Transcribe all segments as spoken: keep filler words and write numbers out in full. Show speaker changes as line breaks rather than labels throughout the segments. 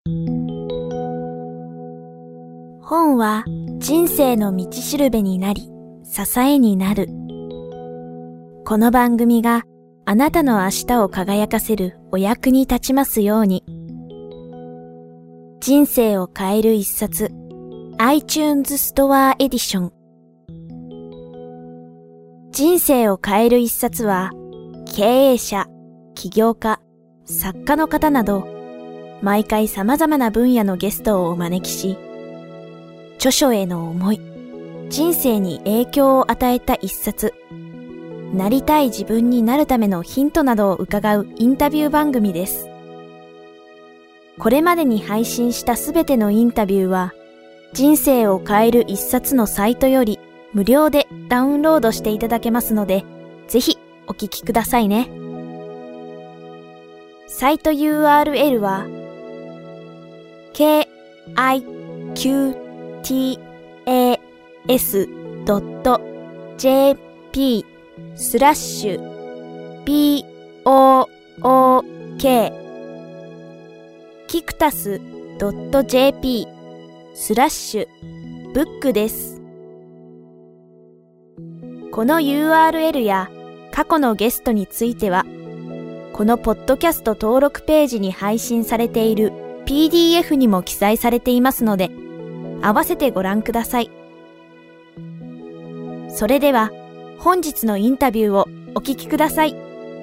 本は人生の道しるべになり、支えになる。この番組があなたの明日を輝かせるお役に立ちますように。人生を変える一冊 iTunes ストアエディション。人生を変える一冊は経営者、起業家、作家の方など毎回様々な分野のゲストをお招きし、著書への思い、人生に影響を与えた一冊、なりたい自分になるためのヒントなどを伺うインタビュー番組です。これまでに配信したすべてのインタビューは、人生を変える一冊のサイトより無料でダウンロードしていただけますので、ぜひお聞きくださいね。サイト ユーアールエル は ケーアイキューティーエーエスドットジェーピー スラッシュ ビーオーオーケー キクタス ドットジェーピー スラッシュブックです。この ユーアールエル や過去のゲストについては、このポッドキャスト登録ページに配信されている ピーディーエフ にも記載されていますので、合わせてご覧ください。それでは本日のインタビューをお聞きください。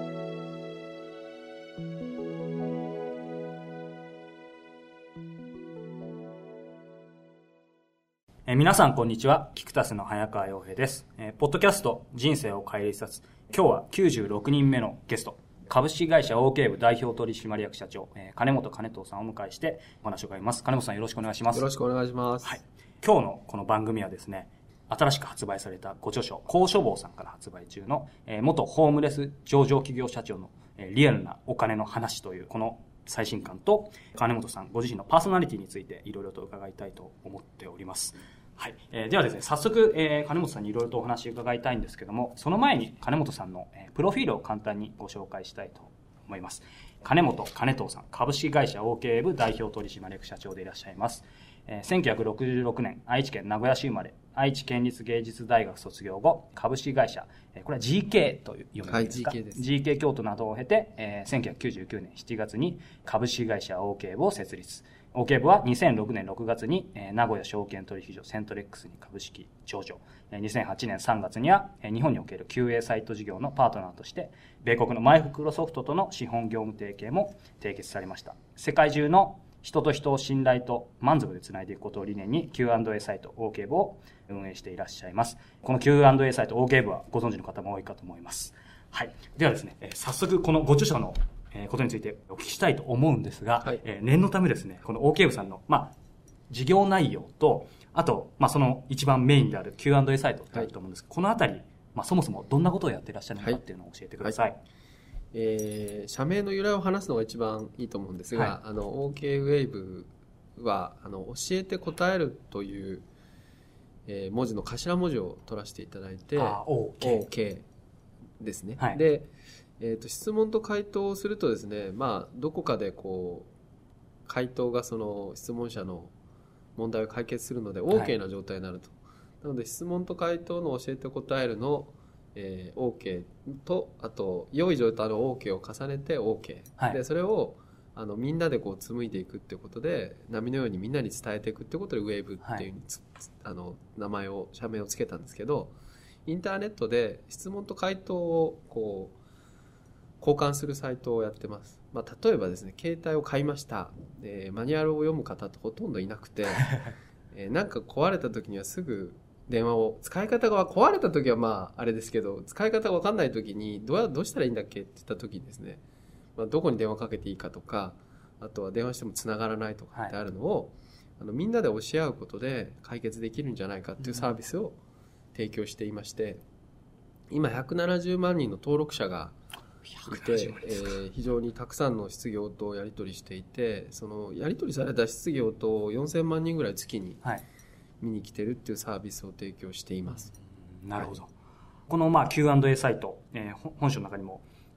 えー、皆さんこんにちは。キクタスの早川洋平です。えー、ポッドキャスト人生を変える一冊。今日はきゅうじゅうろくにんめのゲスト、株式会社 オーケー 部代表取締役社長、えー、金本兼人さんをお迎えしてお話を伺います。金本さん、よろしくお願いします。
よろしくお願いします。
はい。今日のこの番組はですね、新しく発売されたご著書、高書房さんから発売中の、えー、元ホームレス上場企業社長の、えー、リアルなお金の話というこの最新刊と、金本さんご自身のパーソナリティについていろいろと伺いたいと思っております。はい。えー、ではですね、早速、えー、金本さんにいろいろとお話を伺いたいんですけども、その前に金本さんの、えー、プロフィールを簡単にご紹介したいと思います。金本兼人さん、株式会社 オーケー 部代表取締役社長でいらっしゃいます。えー、せんきゅうひゃくろくじゅうろくねん、愛知県名古屋市生まれ、愛知県立芸術大学卒業後、株式会社、えー、これは ジーケー と読むんですか、はい、ジーケー です。ジーケー 京都などを経て、えー、せんきゅうひゃくきゅうじゅうきゅうねんしちがつに株式会社 オーケー 部を設立。オーケー 部はにせんろくねんろくがつに、えー、名古屋証券取引所セントレックスに株式上場。えー、にせんはちねんさんがつには、えー、日本における キューエー サイト事業のパートナーとして、米国のマイクロソフトとの資本業務提携も締結されました。世界中の人と人を信頼と満足でつないでいくことを理念に キューアンドエー サイト オーケー 部を運営していらっしゃいます。この キューアンドエー サイト オーケー 部はご存知の方も多いかと思います。はい。ではですね、えー、早速このご著書のことについてお聞きしたいと思うんですが、はい、えー、念のためですね、この オーケー 部さんの、まあ、事業内容と、あと、まあ、その一番メインである キューアンドエー サイトってあると思うんですが、はい、このあたり、まあ、そもそもどんなことをやっていらっしゃるのかっていうのを教えてください。はいはい、
えー、社名の由来を話すのが一番いいと思うんですが、はい、あの オーケー ウェイブはあの教えて答えるという、えー、文字の頭文字を取らせていただいて、
あ OK,
OK ですね。
はい、
で、えーと、質問と回答をするとですね、まあ、どこかでこう回答がその質問者の問題を解決するので OK な状態になると、はい、なので質問と回答の教えて答えるの、えー、OK と、あと良い状態の OK を重ねて OK、はい、でそれをあのみんなでこう紡いでいくっていうことで、波のようにみんなに伝えていくっていうことでウェーブっていう、はい、あの名前を社名をつけたんですけど、インターネットで質問と回答をこう交換するサイトをやってます。まあ、例えばですね、携帯を買いました、えー、マニュアルを読む方ってほとんどいなくて、えー、なんか壊れた時にはすぐ電話を、使い方が壊れた時はまああれですけど、使い方が分かんない時にどうどうしたらいいんだっけって言った時にですね、まあ、どこに電話かけていいかとか、あとは電話しても繋がらないとかってあるのを、はい、あのみんなで教え合うことで解決できるんじゃないかっていうサービスを提供していまして、今ひゃくななじゅうまんにんの登録者がいて、えー、非常にたくさんの質疑応答をやり取りしていて、そのやり取りされた質疑応答をよんせんまんにんぐらい月に見に来てるっていうサービスを提供しています。
はい、なるほど。このまあ キューアンドエー サイト、えー、本書の中にも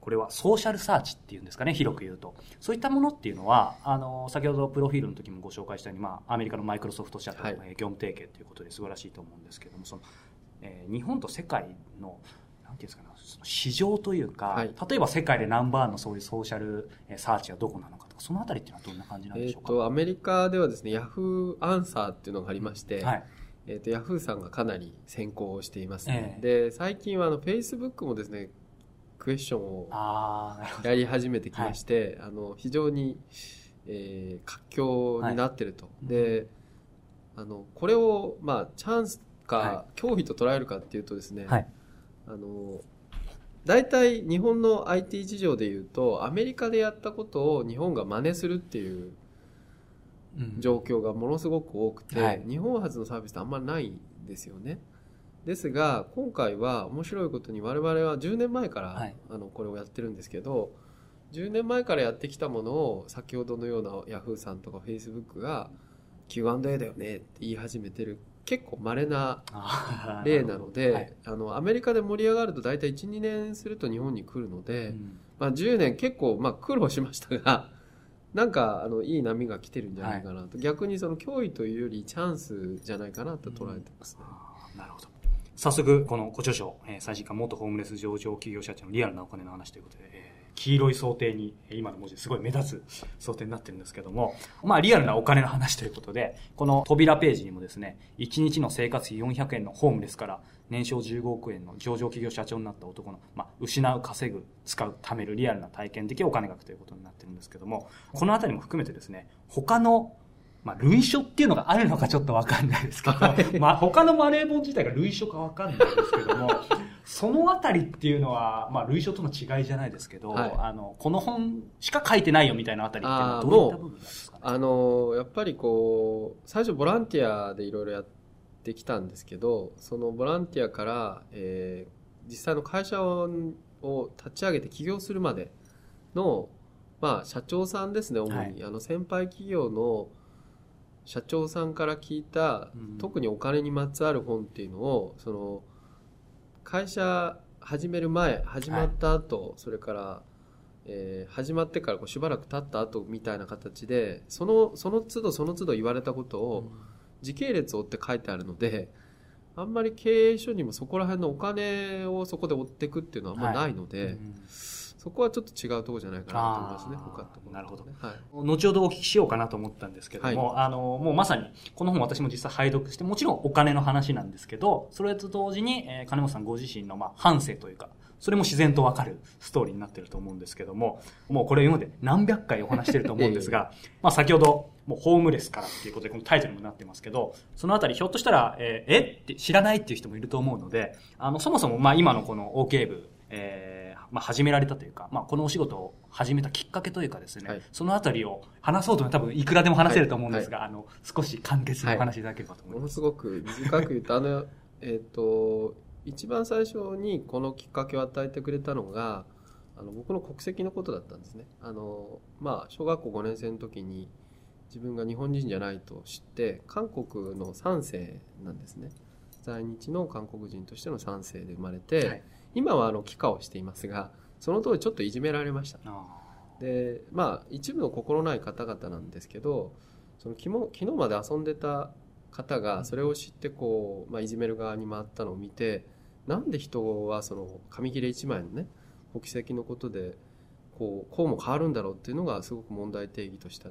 これはソーシャルサーチっていうんですかね、広く言うと。そういったものっていうのは、あの、先ほどプロフィールの時もご紹介したように、まあ、アメリカのマイクロソフト社との業務提携ということで素晴らしいと思うんですけれども、その、えー、日本と世界の、なんていうんですかね、その市場というか、はい、例えば世界でナンバーワンのそういうソーシャルサーチはどこなのかとか、そのあたりっていうのはどんな感じなんでしょうか。
えーと、アメリカではですね、ヤフーアンサーっていうのがありまして、はい、えーと、ヤフーさんがかなり先行していますね。えー、で、最近はあの、Facebook もですね、クエスチョンをやり始めてきまして、はい、あの非常に、えー、活況になっていると、はい、であのこれを、まあ、チャンスか脅威と捉えるかっていうとですね、はい、あの大体日本の アイティー 事情でいうとアメリカでやったことを日本が真似するっていう状況がものすごく多くて、はい、日本発のサービスってあんまりないんですよね。ですが今回は面白いことに我々はじゅうねんまえから、はい、あのこれをやってるんですけど、じゅうねんまえからやってきたものを先ほどのようなヤフーさんとかフェイスブックが キューアンドエー だよねって言い始めてる結構稀な例なので、はい、あのアメリカで盛り上がると大体 いちにねんすると日本に来るので、うんまあ、じゅうねん結構まあ苦労しましたがなんかあのいい波が来てるんじゃないかなと、はい、逆にその脅威というよりチャンスじゃないかなと捉えてますね。
うん、なるほど。早速このご著書、えー、最新刊元ホームレス上場企業社長のリアルなお金の話ということで、えー、黄色い想定に今の文字ですごい目立つ想定になってるんですけども、まあリアルなお金の話ということで、この扉ページにもですね、いちにちの生活費よんひゃくえんのホームレスから年商じゅうごおくえんの上場企業社長になった男の、まあ、失う、稼ぐ、使う、貯めるリアルな体験的お金額ということになってるんですけども、このあたりも含めてですね、他のまあ、類書っていうのがあるのかちょっとわかんないですけど、はい、まあ、他のマネー本自体が類書かわかんないですけども、そのあたりっていうのは、まあ、類書との違いじゃないですけど、はい、あの、この本しか書いてないよみたいなあたりっていうのはどういった部分なんですかね。
あの、やっぱりこう、最初ボランティアでいろいろやってきたんですけど、そのボランティアから、えー、実際の会社を立ち上げて起業するまでの、まあ、社長さんですね、主に。はい、あの、先輩企業の社長さんから聞いた、うん、特にお金にまつわる本っていうのをその会社始める前始まった後、はい、それから、えー、始まってからこうしばらく経った後みたいな形でそのその都度その都度言われたことを時系列を追って書いてあるので、あんまり経営書にもそこら辺のお金をそこで追っていくっていうのはあんまりないので、はいうん、そこはちょっと違うところじゃないかなと思いますね。他のところ、
なるほど、はい。後ほどお聞きしようかなと思ったんですけども、はい、あの、もうまさに、この本私も実際拝読して、もちろんお金の話なんですけど、それと同時に、えー、金本さんご自身の、まあ、反省というか、それも自然とわかるストーリーになっていると思うんですけども、もうこれ今まで何百回お話してると思うんですが、まあ先ほど、もうホームレスからっていうことでこのタイトルにもなってますけど、そのあたりひょっとしたら、えー、えって知らないっていう人もいると思うので、あの、そもそもまあ今のこの OK 部、えー、まあ始められたというか、まあこのお仕事を始めたきっかけというかですね、はい、そのあたりを話そうと多分いくらでも話せると思うんですが、はいはい、あの、少し簡潔にお話しいただければと思います。
ものすごく短く言うと、あの、えっと、一番最初にこのきっかけを与えてくれたのが、あの僕の国籍のことだったんですね。あの、まあ、小学校ごねん生の時に自分が日本人じゃないと知って、韓国のさん世なんですね。在日の韓国人としてのさん世で生まれて、はい、今はあの帰化をしていますが、その当時ちょっといじめられました。で、まあ、一部の心ない方々なんですけど、その昨日、昨日まで遊んでた方がそれを知ってこう、まあ、いじめる側に回ったのを見て、なんで人はその紙切れ一枚のね国籍のことでこうこうも変わるんだろうっていうのがすごく問題定義としてあって、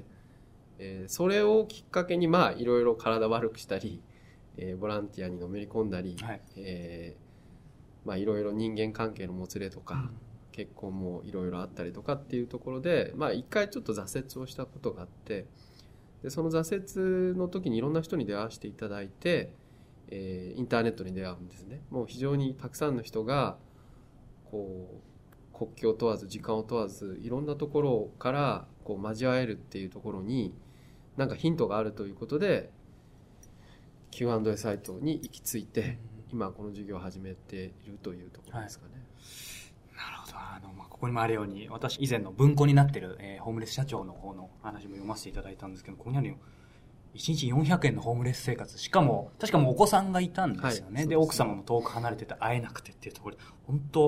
えー、それをきっかけにまあいろいろ体悪くしたり、えー、ボランティアにのめり込んだり、はいえー、まあいろいろ人間関係のもつれとか、うん、結婚もいろいろあったりとかっていうところでまあ一回ちょっと挫折をしたことがあって、でその挫折の時にいろんな人に出会わせていただいて、えー、インターネットに出会うんですね。もう非常にたくさんの人がこう国境を問わず時間を問わずいろんなところからこう交わえるっていうところになんかヒントがあるということで キューアンドエー サイトに行き着いて今この授業を始めているというところですかね。
はい、なるほど。あの、まあ、ここにもあるように私以前の文庫になっている、えー、ホームレス社長の方の話も読ませていただいたんですけど、ここにあるよいちにちよんひゃくえんのホームレス生活。しかも、確かもうお子さんがいたんですよね。はい、で、奥様も遠く離れてて会えなくてっていうところで、本当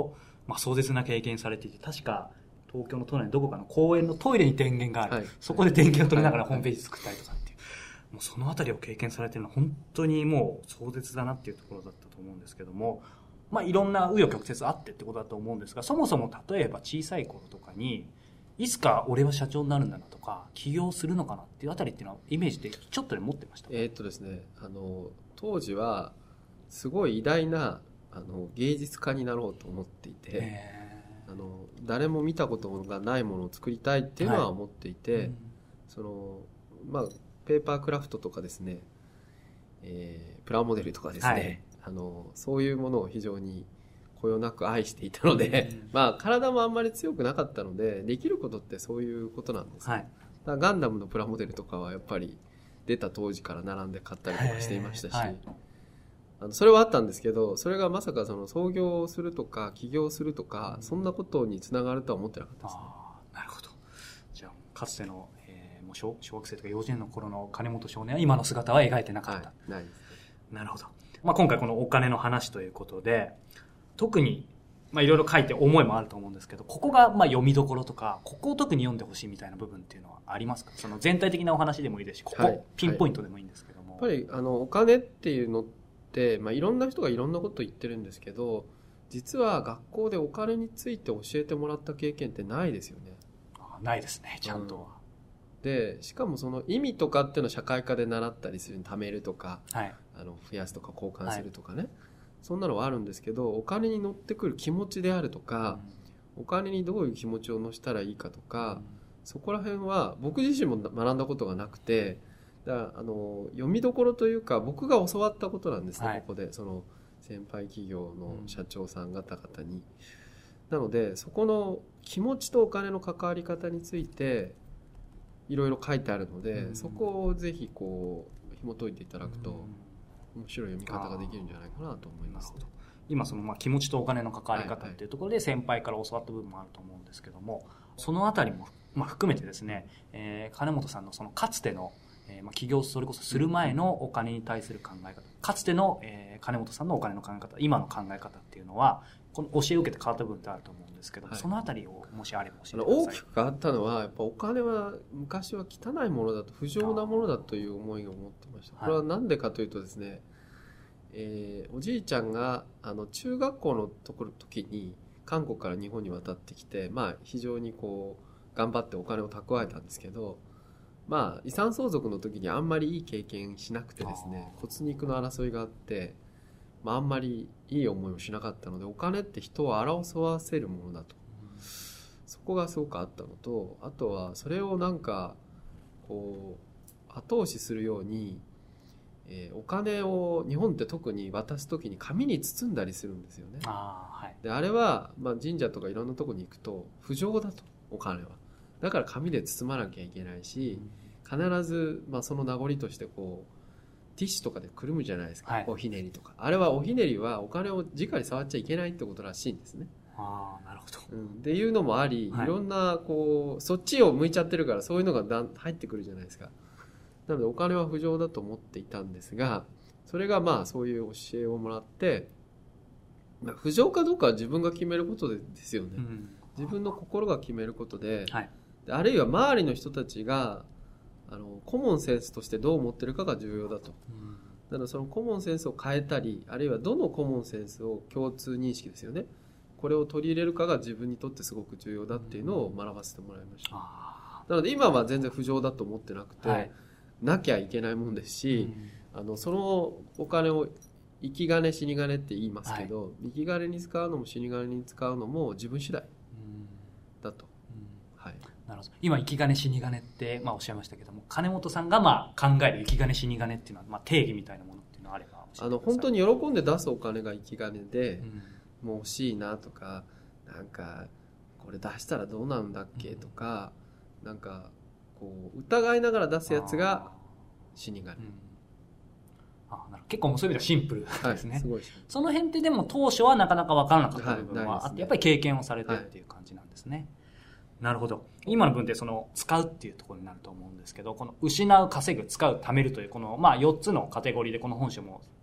まあ、壮絶な経験されていて、確か東京の都内のどこかの公園のトイレに電源がある、はい、そこで電源を取りながらホームページ作ったりとかっていう、はい、もうそのあたりを経験されているのは本当にもう壮絶だなっていうところだったと思うんですけども、まあ、いろんな紆余曲折あってってことだと思うんですが、そもそも例えば小さい頃とかにいつか俺は社長になるんだなとか起業するのかなっていうあたりっていうのはイメージでちょっとで持ってました。
えー、っとですねあの当時はすごい偉大なあの芸術家になろうと思っていて、あの誰も見たことがないものを作りたいっていうのは思っていて、はい、うん、そのまあペーパークラフトとかですね、えー、プラモデルとかですね、はい、あのそういうものを非常にこよなく愛していたので、うん、まあ体もあんまり強くなかったのでできることってそういうことなんです、ね、はい、だからガンダムのプラモデルとかはやっぱり出た当時から並んで買ったりとかしていましたし、はい、あのそれはあったんですけど、それがまさかその創業するとか起業するとか、うん、そんなことにつながるとは思ってなかったですね。
あ、なるほど。じゃあかつての、えー、もう 小, 小学生とか幼稚園の頃の金本少年は今の姿は描いてなかった、はい、ないですね。なるほど。まあ、今回このお金の話ということで、特にまあいろいろ書いて思いもあると思うんですけど、ここがまあ読みどころとか、ここを特に読んでほしいみたいな部分っていうのはありますか？その全体的なお話でもいいですし、ここ、はい、ピンポイントでもいいんですけども。
はい、やっぱりあのお金っていうのって、まあ、いろんな人がいろんなこと言ってるんですけど、実は学校でお金について教えてもらった経験ってないですよね。
あ、ないですね、ちゃんとは、
うん、でしかもその意味とかっていうのは社会科で習ったりする、貯めるとか、はい、あの増やすとか交換するとかね、はい、そんなのはあるんですけど、お金に乗ってくる気持ちであるとか、うん、お金にどういう気持ちを乗せたらいいかとか、うん、そこら辺は僕自身も学んだことがなくて、だからあの読みどころというか僕が教わったことなんですね、はい、ここでその先輩企業の社長さん方々に、うん、なのでそこの気持ちとお金の関わり方についていろいろ書いてあるので、うん、そこをぜひこう紐解いていただくと、うん、面白い読み方ができるんじゃないかなと思います、ね、
今そのまあ気持ちとお金の関わり方っていうところで先輩から教わった部分もあると思うんですけども、そのあたりもまあ含めてですね、えー、金本さんのそのかつてのえー、まあ起業それこそする前のお金に対する考え方、かつての、えー、金本さんのお金の考え方、今の考え方っていうのはこの教えを受けて変わった部分ってあると思うんですけども、はい、そのあたりをもしあれば教えてください。
大きく変わったのはやっぱお金は昔は汚いものだと、不浄なものだという思いを持ってました。これは何でかというとですね、えー、おじいちゃんがあの中学校のところ時に韓国から日本に渡ってきて、まあ、非常にこう頑張ってお金を蓄えたんですけど、まあ、遺産相続の時にあんまりいい経験しなくてですね、骨肉の争いがあって、まあ、あんまりいい思いをしなかったので、お金って人を争わせるものだと、うん、そこがすごくあったのと、あとはそれをなんかこう後押しするように、えー、お金を日本って特に渡す時に紙に包んだりするんですよね。あ、はい、であれは、まあ、神社とかいろんなとこに行くと不浄だと、お金はだから紙で包まなきゃいけないし、必ず、まあ、その名残としてこうティッシュとかでくるむじゃないですか、はい、おひねりとか。あれはおひねりはお金を直に触っちゃいけないってことらしいんですね。
ああ、なるほど、
うん、っていうのもあり、はい、いろんなこうそっちを向いちゃってるからそういうのがだ入ってくるじゃないですか。なのでお金は不浄だと思っていたんですが、それがまあそういう教えをもらって、まあ、不浄かどうかは自分が決めることですよね、うん、自分の心が決めることで、はい、あるいは周りの人たちがあのコモンセンスとしてどう思ってるかが重要だと、うん、だからそのコモンセンスを変えたり、あるいはどのコモンセンスを共通認識ですよね、これを取り入れるかが自分にとってすごく重要だっていうのを学ばせてもらいました、うん、なので今は全然不浄だと思ってなくて、はい、なきゃいけないもんですし、うん、あのそのお金を生き金死に金って言いますけど、はい、生き金に使うのも死に金に使うのも自分次第だと、うん、はい、
なるほど。今生き金死に金って、まあ、おっしゃいましたけども、金本さんがまあ考える生き金死に金っていうのは、まあ、定義みたいなものっていうのはあれば教えてください。
あの本当に喜んで出すお金が生き金で、うん、もう欲しいなとか、なんかこれ出したらどうなんだっけとか、うん、なんかこう疑いながら出すやつが死に金。うん、
あ、なる結構そういう意味ではシンプルですね、はい、すごい。その辺ってでも当初はなかなか分からなかった部分はあって、はいね、やっぱり経験をされてるっていう感じなんですね、はい。なるほど。今の文でその使うっていうところになると思うんですけど、この失う、稼ぐ、使う、貯めるというこのまあよっつのカテゴリーでこの本書も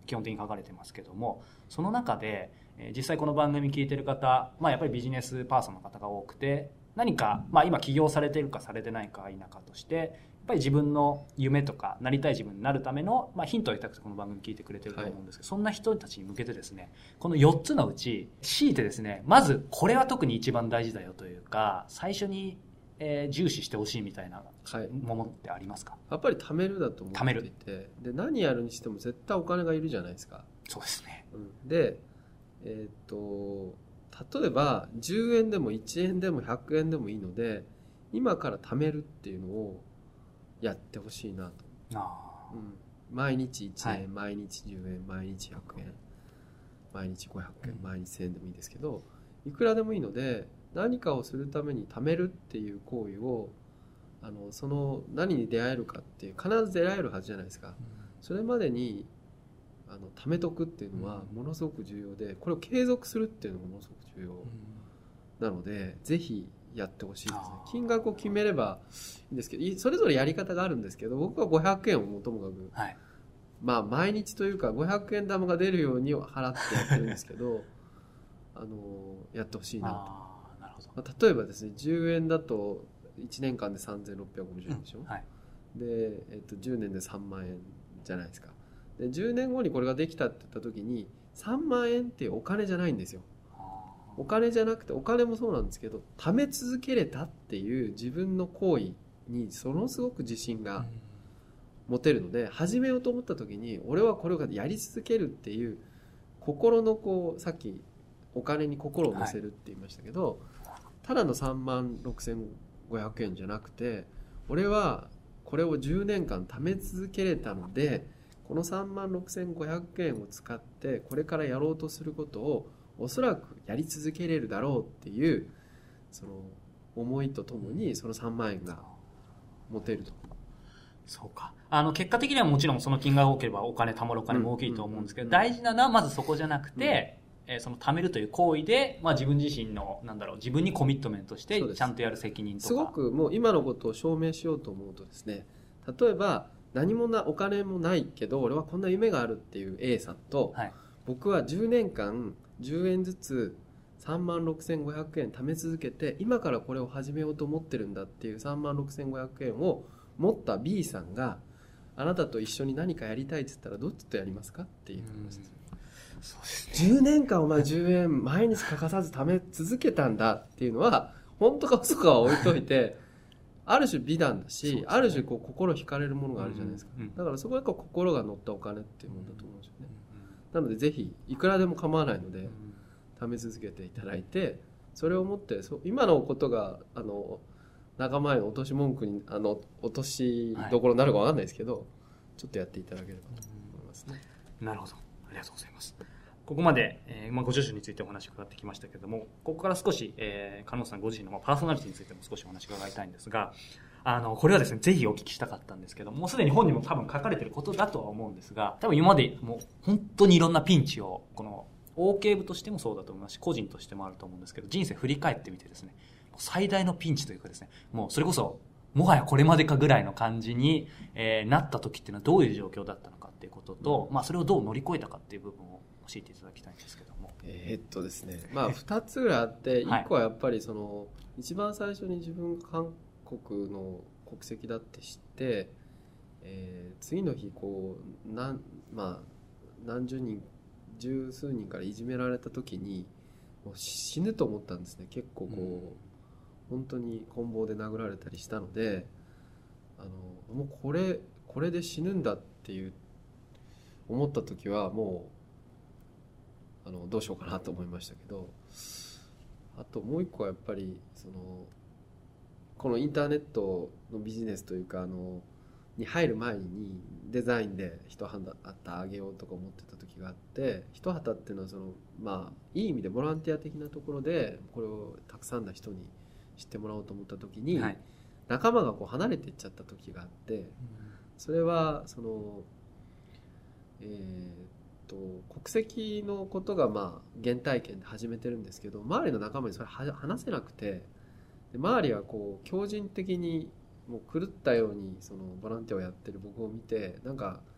基本的に書かれてますけども、その中で、えー、実際この番組聞いてる方、まあ、やっぱりビジネスパーソンの方が多くて、何か、まあ、今起業されてるかされてないか否かとして、やっぱり自分の夢とかなりたい自分になるための、まあ、ヒントを得たくてこの番組聞いてくれてると思うんですけど、はい、そんな人たちに向けてですね、このよっつのうち強いてですね、まずこれは特に一番大事だよというか、最初にえー、重視してほしいみたいなものってありますか？
やっぱり貯めるだと思っていて、で何やるにしても絶対お金がいるじゃないですか。
そうですね、
うん、で、えー、っと例えばじゅうえんでもいちえんでもひゃくえんでもいいので、今から貯めるっていうのをやってほしいなと。あ、うん、毎日いちえん、はい、毎日じゅうえん、毎日ひゃくえん、毎日ごひゃくえん、毎日せんえんでもいいですけど、いくらでもいいので、何かをするために貯めるっていう行為を、あのその何に出会えるかっていう、必ず出会えるはずじゃないですか、うん、それまでにあの貯めとくっていうのはものすごく重要で、これを継続するっていうのもものすごく重要なので、ぜひやってほしいですね。金額を決めればいいんですけど、それぞれやり方があるんですけど、僕はごひゃくえんをもともかく、はい、まあ毎日というかごひゃくえん玉が出るように払ってやってるんですけどあのやってほしいなと。例えばですね、じゅうえんだといちねんかんでさんぜんろっぴゃくごじゅうえんでしょ、うん、はい、で、えっと、じゅうねんでさんまんえんじゃないですか。でじゅうねんごにこれができたって言った時にさんまんえんっていうお金じゃないんですよ。お金じゃなくて、お金もそうなんですけど、貯め続けれたっていう自分の行為にものすごく自信が持てるので、始めようと思った時に俺はこれをやり続けるっていう心のこう、さっきお金に心を乗せるって言いましたけど、はい、ただのさんまんろくせんごひゃくえんじゃなくて、俺はこれをじゅうねんかん貯め続けれたので、このさんまんろくせんごひゃくえんを使ってこれからやろうとすることをおそらくやり続けれるだろうっていうその思いとともに、そのさんまんえんが持てると。
そうか。あの結果的にはもちろんその金額が多ければお金貯まるお金も大きいと思うんですけど、大事なのはまずそこじゃなくて、うん、えー、その貯めるという行為で、まあ、自分自身のなんだろう、自分にコミットメントしてちゃんとやる責任とか。
すごくもう今のことを証明しようと思うとですね、例えば何もなお金もないけど俺はこんな夢があるっていう A さんと、はい、僕はじゅうねんかんじゅうえんずつさんまんろくせんごひゃくえん貯め続けて、今からこれを始めようと思ってるんだっていうさんまんろくせんごひゃくえんを持った B さんが、あなたと一緒に何かやりたいって言ったらどっちとやりますかっていう話です。そうですね、じゅうねんかんお前じゅうえん毎日欠かさず貯め続けたんだっていうのは本当か嘘かは置いといてある種美談だし、ね、ある種こう心惹かれるものがあるじゃないですか、うんうん、だからそこは心が乗ったお金っていうものだと思うんですよね、うんうん、なのでぜひいくらでも構わないので貯め続けていただいて、それをもってそ今のことがあの仲間への落とし文句にあの落としどころになるか分かんないですけど、はい、ちょっとやっていただければと思いますね。
なるほど、ありがとうございます。ここまで、えーまあ、ご著書についてお話を伺ってきましたけれども、ここから少し、えー、金本さんご自身のパーソナリティについても少しお話を伺いたいんですが、あのこれはですねぜひお聞きしたかったんですけど、もうすでに本にも多分書かれていることだとは思うんですが、多分今までもう本当にいろんなピンチをこの OK 部としてもそうだと思いますし、個人としてもあると思うんですけど、人生振り返ってみてですね、最大のピンチというかですね、もうそれこそもはやこれまでかぐらいの感じに、えー、なった時っていうのはどういう状況だったのかっていうことと、まあ、それをどう乗り越えたかっていう部分を教えていただきたいんですけども。
えー、っとですね、まあふたつぐらいあって、いっこはやっぱりその、はい、一番最初に自分が韓国の国籍だって知って、えー、次の日こうなんまあ何十人十数人からいじめられた時にもう死ぬと思ったんですね。結構こう、うん、本当に棍棒で殴られたりしたので、あのもうこれこれで死ぬんだっていう思った時はもうあのどうしようかなと思いましたけど、あともう一個はやっぱりそのこのインターネットのビジネスというかあのに入る前にデザインで一旗あげようとか思ってた時があって、一旗っていうのはそのまあいい意味でボランティア的なところでこれをたくさんの人に知ってもらおうと思った時に、はい、仲間がこう離れていっちゃった時があって、うん、それはそのえー、と国籍のことがまあ原体験で始めてるんですけど、周りの仲間にそれ話せなくて、で周りはこう強靭的にもう狂ったようにそのボランティアをやってる僕を見て、なんか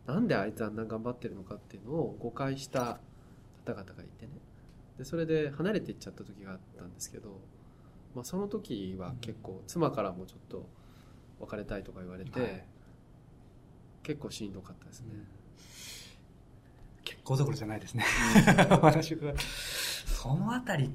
なんであいつあんな頑張ってるのかっていうのを誤解した方々がいてね、でそれで離れていっちゃった時があったんですけど、まあ、その時は結構妻からもちょっと別れたいとか言われて、はい、結構しんどかったですね、うん、
結構どころじゃないですね私はそのあたりって、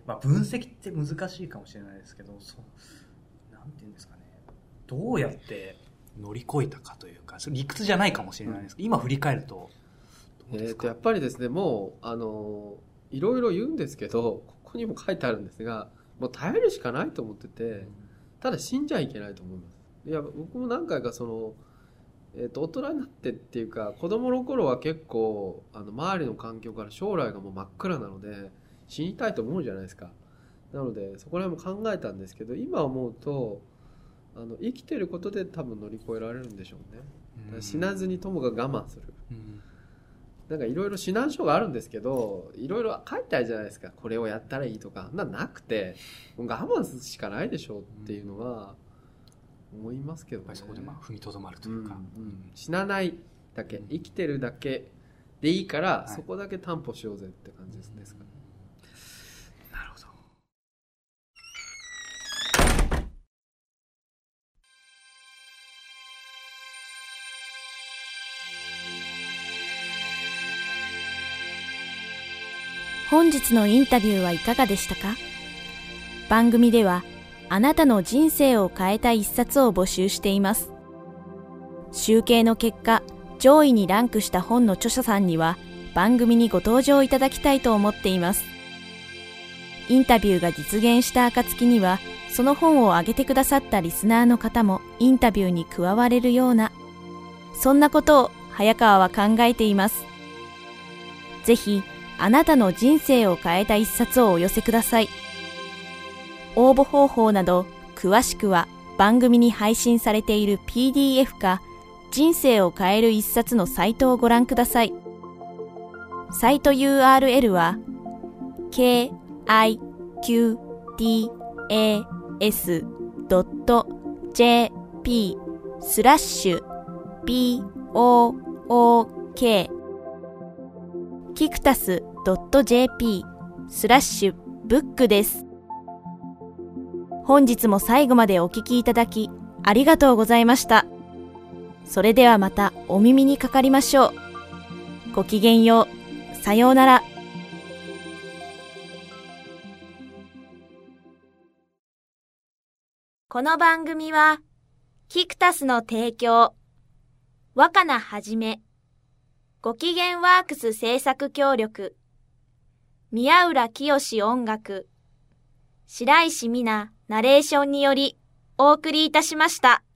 まあ、分析って難しいかもしれないですけど、そうなんていうんですかね、どうやって乗り越えたかというか、理屈じゃないかもしれないですけど、うん、今振り返るとどうですか？
えーとやっぱりですね、もうあのいろいろ言うんですけど、ここにも書いてあるんですが、もう耐えるしかないと思ってて、うん、ただ死んじゃいけないと思います。いや僕も何回かその、えー、と大人になってっていうか、子供の頃は結構あの周りの環境から将来がもう真っ暗なので死にたいと思うじゃないですか。なのでそこら辺も考えたんですけど、今思うとあの生きてることで多分乗り越えられるんでしょうね。だから死なずにともかく我慢する、うん、なんかいろいろ指南書があるんですけど、いろいろ書いてあるじゃないですか。これをやったらいいとかななくて、我慢するしかないでしょうっていうのは思いますけどね。
やっぱりそこでまあ踏みとどまるというか、
うんうん、死なないだけ、生きてるだけでいいから、はい、そこだけ担保しようぜって感じですね、うん、
なるほど。
本日のインタビューはいかがでしたか？番組ではあなたの人生を変えた一冊を募集しています。集計の結果、上位にランクした本の著者さんには番組にご登場いただきたいと思っています。インタビューが実現した暁には、その本を挙げてくださったリスナーの方もインタビューに加われるような、そんなことを早川は考えています。ぜひ、あなたの人生を変えた一冊をお寄せください。応募方法など詳しくは番組に配信されている ピーディーエフ か人生を変える一冊のサイトをご覧ください。サイト ユーアールエル は ケーアイキューティーエーエスドットジェーピー スラッシュ ビーオーオーケー キクタス ドットジェーピー スラッシュブックです。本日も最後までお聞きいただきありがとうございました。それではまたお耳にかかりましょう。ごきげんよう。さようなら。この番組はキクタスの提供、若菜はじめ、ごきげんワークス制作協力、宮浦清音楽、白石美奈ナレーションによりお送りいたしました。